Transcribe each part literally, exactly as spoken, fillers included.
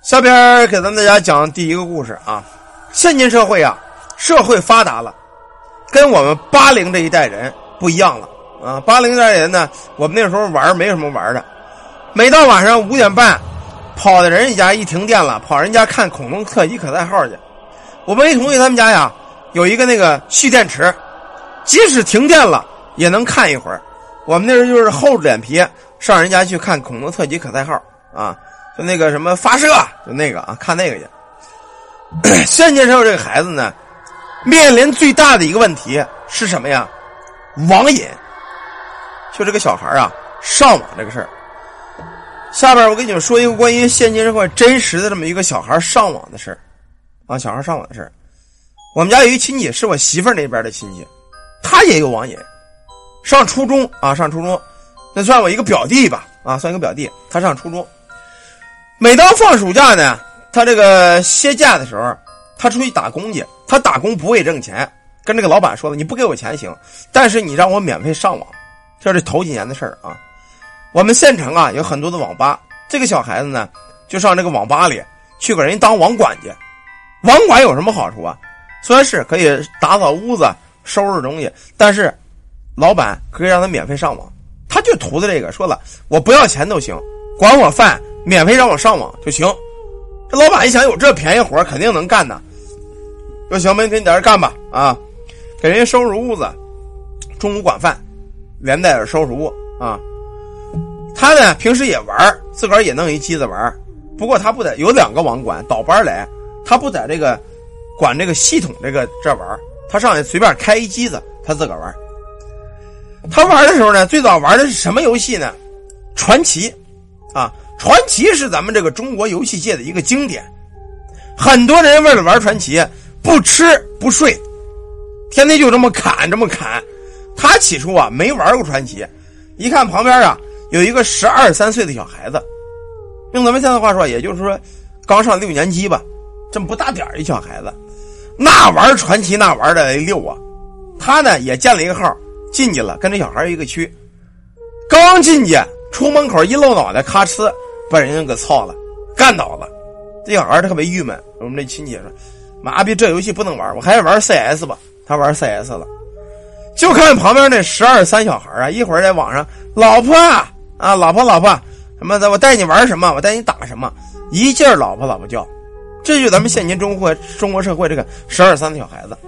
下边给咱大家讲第一个故事啊。现今社会啊，社会发达了，跟我们八零这一代人不一样了啊。八零代人呢，我们那时候玩没什么玩的，每到晚上五点半，跑到人家一停电了，跑人家看恐龙特级可赛号去。我们一同学他们家呀，有一个那个蓄电池，即使停电了也能看一会儿。我们那时候就是厚着脸皮上人家去看恐龙特级可赛号啊，就那个什么发射，就那个啊，看那个去。现今社会这个孩子呢，面临最大的一个问题是什么呀？网瘾。就这个小孩啊，上网这个事儿。下边我跟你们说一个关于现今社会真实的这么一个小孩上网的事儿啊，小孩上网的事儿。我们家有一亲戚，是我媳妇儿那边的亲戚，他也有网瘾。上初中啊，上初中，那算我一个表弟吧啊，算一个表弟，他上初中。每当放暑假呢，他这个歇假的时候，他出去打工去。他打工不为挣钱，跟这个老板说了，你不给我钱行，但是你让我免费上网。这是头几年的事儿啊。我们县城啊有很多的网吧，这个小孩子呢就上这个网吧里去给人当网管去。网管有什么好处啊？虽然是可以打扫屋子、收拾东西，但是老板可以让他免费上网。他就图的这个，说了我不要钱都行，管我饭，免费让我上网就行。这老板一想，有这便宜活肯定能干呢，说行吧，你在这干吧啊，给人家收拾屋子，中午管饭，连带着收拾屋啊。他呢平时也玩，自个儿也弄一机子玩，不过他不在，有两个网管倒班来，他不在这个管这个系统这个这玩，他上去随便开一机子，他自个儿玩。他玩的时候呢，最早玩的是什么游戏呢？传奇啊，传奇是咱们这个中国游戏界的一个经典，很多人为了玩传奇不吃不睡，天天就这么砍这么砍。他起初啊没玩过传奇，一看旁边啊有一个十二三岁的小孩子，用咱们现在话说，也就是说刚上六年级吧，这么不大点儿一小孩子，那玩传奇那玩的溜啊。他呢也建了一个号进去了，跟这小孩一个区，刚进去出门口一露脑袋，咔哧把人家给操了，干倒了。这小孩特别郁闷，我们这亲戚说妈逼，这游戏不能玩，我还是玩 C S 吧。他玩 C S 了，就看旁边那十二三小孩啊，一会儿在网上老婆啊啊老婆老婆什么的，我带你玩什么，我带你打什么，一劲儿老婆老婆叫。这就是咱们现今中国中国社会这个十二三的小孩子。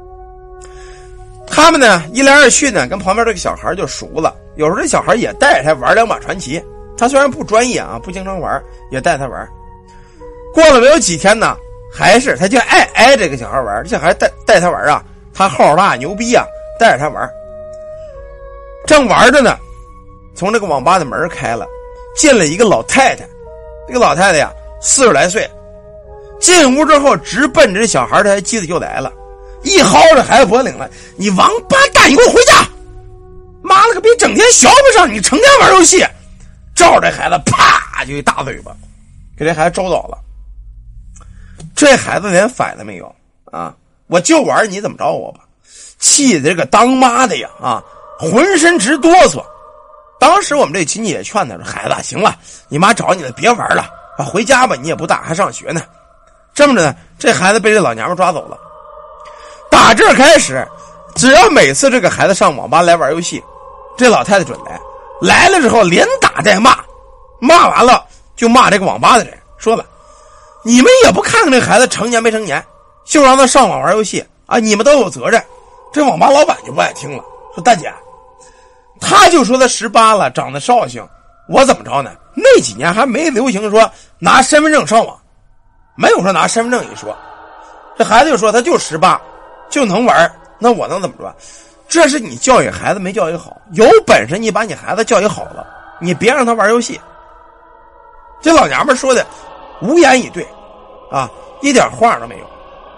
他们呢一来二去呢，跟旁边这个小孩就熟了。有时候这小孩也带着他玩两把传奇，他虽然不专业啊，不经常玩，也带他玩。过了没有几天呢，还是他就爱挨这个小孩玩，这小孩带带他玩啊，他号大牛逼啊，带着他玩。正玩着呢，从这个网吧的门开了，进了一个老太太。这个老太太呀四十来岁，进屋之后直奔着这小孩的机子就来了，一薅着孩子脖领了，你王八蛋，你给我回家！妈了个逼，整天小不上，你成天玩游戏，照着孩子啪就一大嘴巴，给这孩子招倒了。这孩子连反都没有啊！我就玩，你怎么着我吧？气的这个当妈的呀啊，浑身直哆嗦。当时我们这亲戚也劝他说：“孩子，行了，你妈找你了，别玩了，啊，回家吧，你也不大，还上学呢。”这么着呢，这孩子被这老娘们抓走了。打这开始，只要每次这个孩子上网吧来玩游戏，这老太太准来。来了之后连打带骂，骂完了就骂这个网吧的人，说了：“你们也不看看这孩子成年没成年，就让他上网玩游戏啊！你们都有责任。”这网吧老板就不爱听了，说：“大姐，他就说他十八了，长得绍兴，我怎么着呢？那几年还没流行说拿身份证上网，没有说拿身份证一说。这孩子就说他就十八，就能玩，那我能怎么着？这是你教育孩子没教育好，有本事你把你孩子教育好了，你别让他玩游戏。”这老娘们说的无言以对啊，一点话都没有。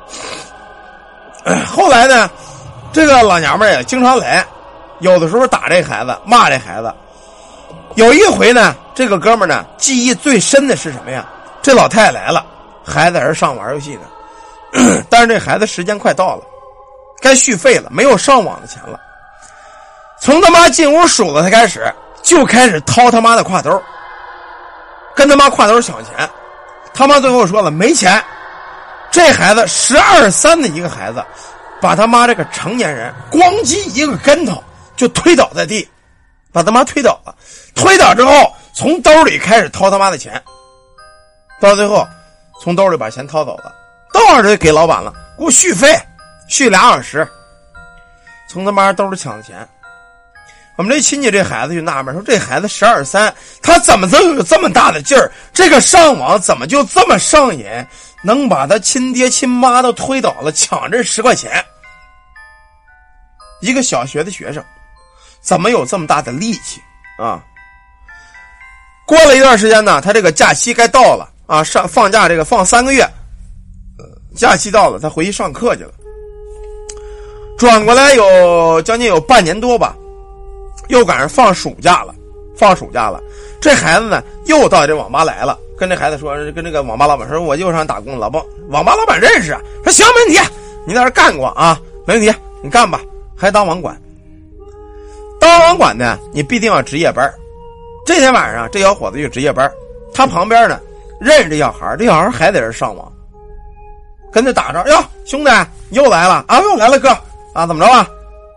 后来呢，这个老娘们也经常来，有的时候打这孩子，骂这孩子。有一回呢，这个哥们呢记忆最深的是什么呀？这老太太来了，孩子在这上玩游戏呢，但是这孩子时间快到了，该续费了，没有上网的钱了。从他妈进屋数了他开始，就开始掏他妈的挎兜，跟他妈挎兜抢钱。 他妈最后说了没钱，这孩子十二三的一个孩子，把他妈这个成年人咣叽一个跟头就推倒在地，把他妈推倒了。推倒之后，从兜里开始掏他妈的钱，到最后从兜里把钱掏走了，多少就给老板了，给我续费，续俩小时，从他妈兜里抢的钱。我们这亲戚这孩子就纳闷说，这孩子十二三，他怎么能有这么大的劲儿？这个上网怎么就这么上瘾，能把他亲爹亲妈都推倒了，抢这十块钱？一个小学的学生怎么有这么大的力气啊？过了一段时间呢，他这个假期该到了啊，上放假这个放三个月，假期到了，他回去上课去了。转过来有将近有半年多吧，又赶上放暑假了，放暑假了。这孩子呢，又到这网吧来了，跟这孩子说，跟这个网吧老板说，我就上打工，老板，网吧老板认识啊，说行，没问题，你在这干过啊，没问题，你干吧，还当网管。当网管呢，你必定要值夜班。这天晚上，这小伙子就值夜班，他旁边呢认识这小孩，这小孩还在这上网，跟他打招呼，哟，兄弟，你又来了啊，又来了哥啊，怎么着啊？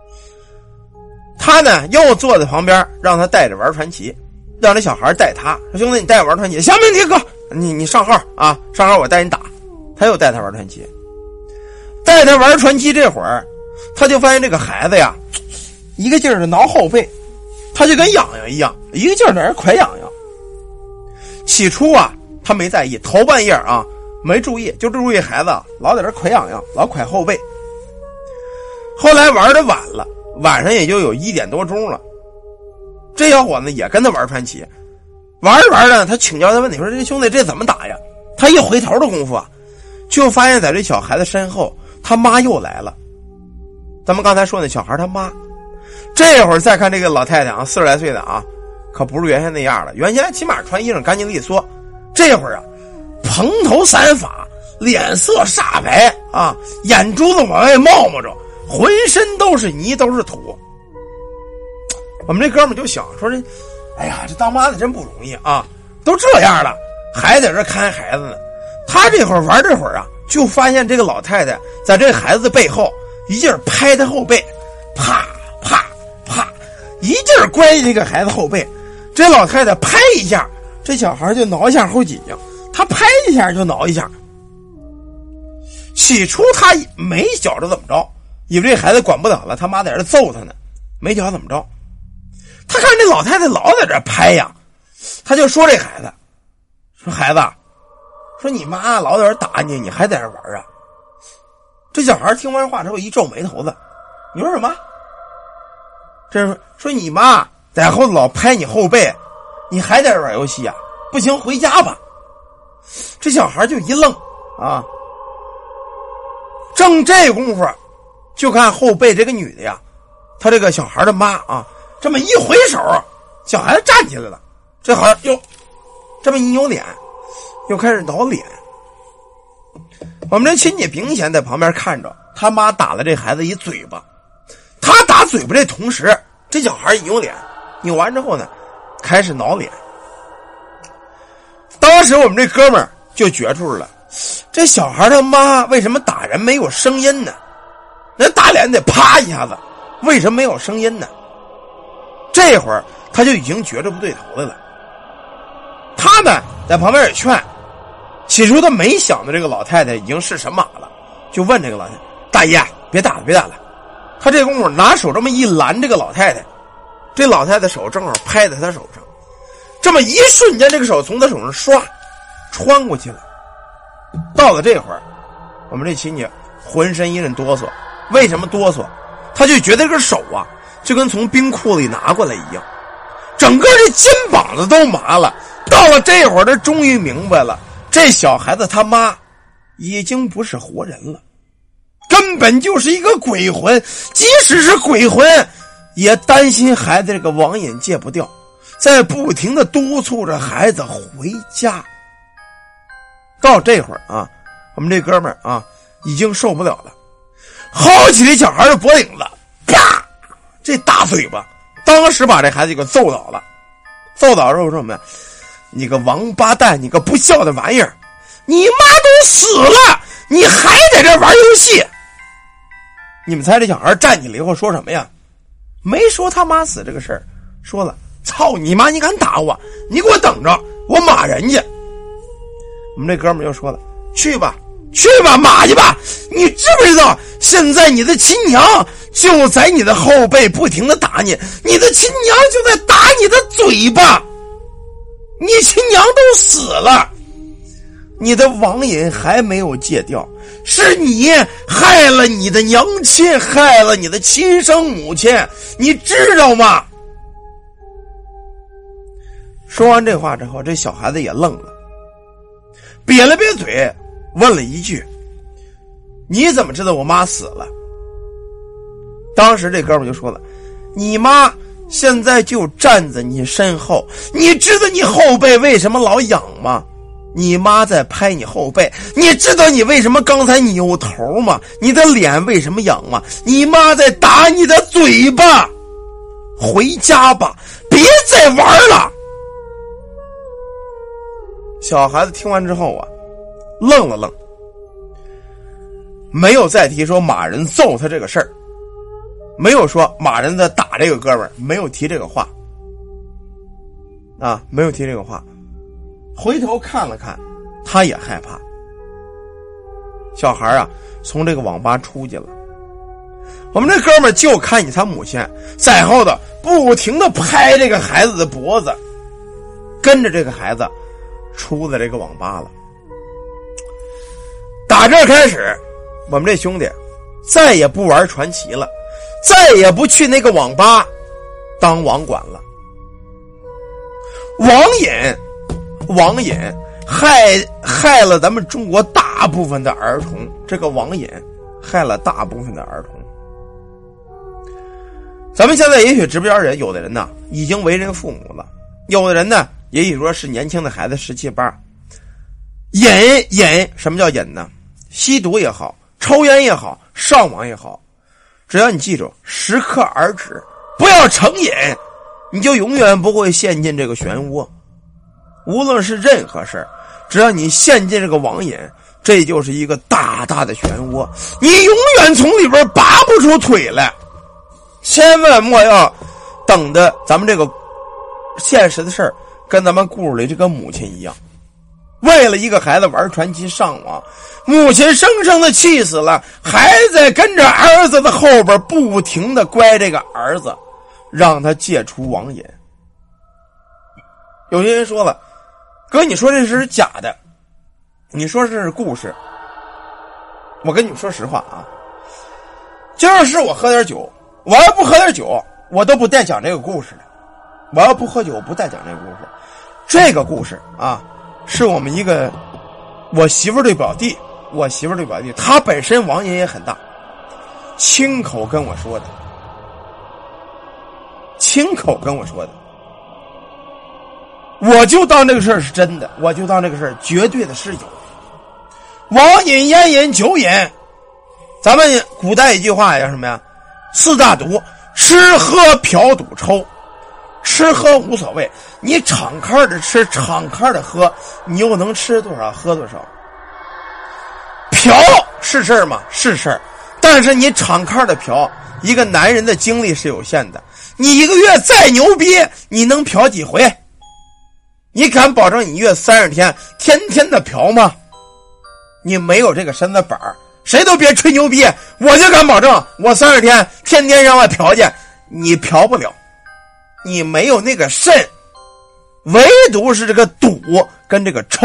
他呢又坐在旁边，让他带着玩传奇，让这小孩带他，说兄弟，你带我玩传奇，行，没问题，哥，你你上号啊，上号我带你打。他又带他玩传奇，带他玩传奇这会儿，他就发现这个孩子呀，一个劲儿的挠后背，他就跟痒痒一样，一个劲儿在那快痒痒。起初啊，他没在意，头半夜啊没注意，就注意孩子老在这快痒痒，老快后背。后来玩的晚了，晚上也就有一点多钟了，这小伙子也跟他玩传奇，玩着玩着，他请教他问题，说这兄弟这怎么打呀？他一回头的功夫啊，就发现在这小孩子身后，他妈又来了。咱们刚才说那小孩他妈，这会儿再看这个老太太啊，四十来岁的啊，可不是原先那样了。原先起码穿衣裳干净利索，这会儿啊，蓬头散发，脸色煞白啊，眼珠子往外冒冒着，浑身都是泥，都是土。我们这哥们就想说，这哎呀，这当妈的真不容易啊，都这样了还在这看孩子呢。他这会儿玩这会儿啊，就发现这个老太太在这个孩子背后一劲儿拍他后背，啪啪啪，一劲儿关这个孩子后背。这老太太拍一下，这小孩就挠一下后脊梁，他拍一下就挠一下。起初他没觉着怎么着，以为这孩子管不了了，他妈在这揍他呢，没觉怎么着。他看这老太太老在这拍呀，他就说这孩子，说孩子，说你妈老在这打你，你还在这玩啊？这小孩听完话之后一皱眉头子，你说什么？这说说你妈在后头老拍你后背，你还在这玩游戏啊？不行，回家吧。这小孩就一愣啊，正这功夫，就看后背这个女的呀，他这个小孩的妈啊，这么一回手，小孩子站起来了，这孩子哟，这么一扭脸，又开始挠脸。我们这亲戚明显在旁边看着，他妈打了这孩子一嘴巴，他打嘴巴这同时，这小孩一扭脸，扭完之后呢，开始挠脸。当时我们这哥们儿就觉出了，这小孩他妈为什么打人没有声音呢？那打脸得啪一下子，为什么没有声音呢？这会儿他就已经觉着不对头来了。他呢在旁边也劝，起初他没想到这个老太太已经是神马了，就问这个老太太，大爷别打了别打了。他这功夫拿手这么一拦这个老太太，这老太太手正好拍在他手上，这么一瞬间，这个手从他手上唰穿过去了。到了这会儿，我们这亲戚浑身一阵哆嗦。为什么哆嗦？他就觉得这个手啊就跟从冰库里拿过来一样，整个这肩膀子都麻了。到了这会儿，他终于明白了，这小孩子他妈已经不是活人了，根本就是一个鬼魂。即使是鬼魂，也担心孩子这个网瘾戒不掉，在不停的督促着孩子回家。到这会儿啊，我们这哥们儿啊已经受不了了，薅起这小孩的脖领子，啪，这大嘴巴当时把这孩子给揍倒了。揍倒之后说什么呀？你个王八蛋，你个不孝的玩意儿， 你妈都死了，你还在这玩游戏。你们猜这小孩站起来以后说什么呀？没说他妈死这个事儿，说了操你妈，你敢打我，你给我等着，我骂人家。我们这哥们又说了，去吧去吧，骂去吧，你知不知道现在你的亲娘就在你的后背不停的打你，你的亲娘就在打你的嘴巴，你亲娘都死了，你的网瘾还没有戒掉，是你害了你的娘亲，害了你的亲生母亲，你知道吗？说完这话之后，这小孩子也愣了，瘪了瘪嘴问了一句，你怎么知道我妈死了？当时这哥们就说了，你妈现在就站在你身后，你知道你后背为什么老痒吗？你妈在拍你后背，你知道你为什么刚才扭头吗？你的脸为什么痒吗？你妈在打你的嘴巴。回家吧，别再玩了。小孩子听完之后啊，愣了愣，没有再提说马人揍他这个事儿，没有说马人在打这个哥们儿，没有提这个话啊，没有提这个话。回头看了看，他也害怕。小孩啊，从这个网吧出去了。我们这哥们儿就看见他母亲在后头不停的拍这个孩子的脖子，跟着这个孩子出了这个网吧了。打这开始，我们这兄弟再也不玩传奇了，再也不去那个网吧当网管了。网瘾，网瘾害害了咱们中国大部分的儿童，这个网瘾害了大部分的儿童。咱们现在也许直播间人，有的人呢已经为人父母了，有的人呢也许说是年轻的孩子十七八。瘾瘾，什么叫瘾呢？吸毒也好，抽烟也好，上网也好，只要你记住适可而止，不要成瘾，你就永远不会陷进这个漩涡。无论是任何事，只要你陷进这个网瘾，这就是一个大大的漩涡，你永远从里边拔不出腿来。千万莫要等的咱们这个现实的事儿跟咱们故事里这个母亲一样，为了一个孩子玩传奇上网，母亲生生的气死了，还在跟着儿子的后边不停的乖这个儿子，让他戒除网瘾。有些人说了，哥你说这是假的，你说这是故事，我跟你们说实话啊，今儿是我喝点酒，我要不喝点酒我都不带讲这个故事的，我要不喝酒我不带讲这个故事。这个故事啊，是我们一个我媳妇儿对表弟，我媳妇儿对表弟，他本身网瘾也很大，亲口跟我说的，亲口跟我说的，我就当这个事儿是真的，我就当这个事儿绝对的是有。网瘾、烟瘾、酒瘾，咱们古代一句话叫什么呀？四大毒：吃喝嫖赌抽。吃喝无所谓，你敞开的吃，敞开的喝，你又能吃多少喝多少。嫖是事儿吗？是事儿，但是你敞开的嫖，一个男人的精力是有限的，你一个月再牛逼，你能嫖几回？你敢保证你月三十天天天的嫖吗？你没有这个身子板儿，谁都别吹牛逼，我就敢保证我三十天天天让外嫖去，你嫖不了，你没有那个肾，唯独是这个赌跟这个抽。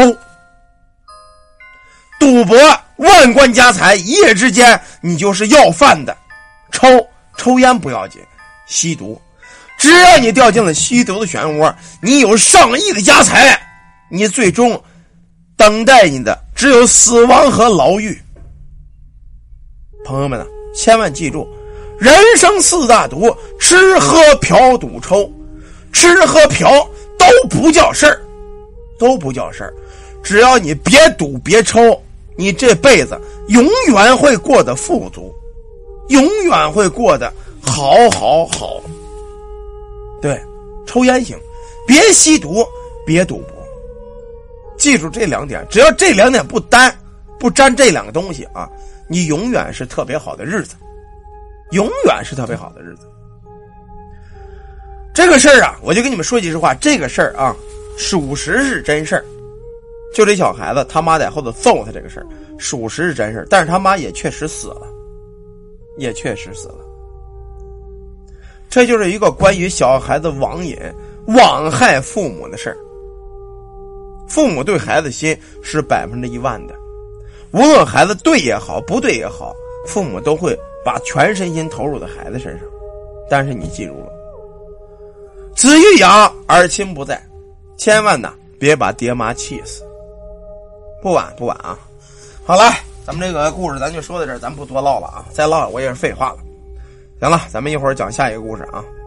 赌博万贯家财，一夜之间你就是要饭的。抽抽烟不要紧，吸毒只要你掉进了吸毒的漩涡，你有上亿的家财，你最终等待你的只有死亡和牢狱。朋友们啊，千万记住，人生四大毒：吃喝嫖赌抽。吃喝嫖都不叫事儿，都不叫事儿。只要你别赌别抽，你这辈子永远会过得富足，永远会过得好好好。对，抽烟行，别吸毒，别赌博。 记住这两点，只要这两点不沾不沾这两个东西啊，你永远是特别好的日子，永远是特别好的日子。这个事儿啊，我就跟你们说几句话，这个事儿啊，属实是真事儿。就这小孩子他妈在后头揍他这个事儿，属实是真事儿，但是他妈也确实死了，也确实死了。这就是一个关于小孩子网瘾、枉害父母的事儿。父母对孩子心是百分之一万的，无论孩子对也好，不对也好，父母都会把全身心投入在孩子身上。但是你记住了，子欲养而亲不在，千万呐别把爹妈气死。不晚不晚啊！好了，咱们这个故事咱就说到这儿，咱不多唠了啊，再唠我也是废话了。行了，咱们一会儿讲下一个故事啊。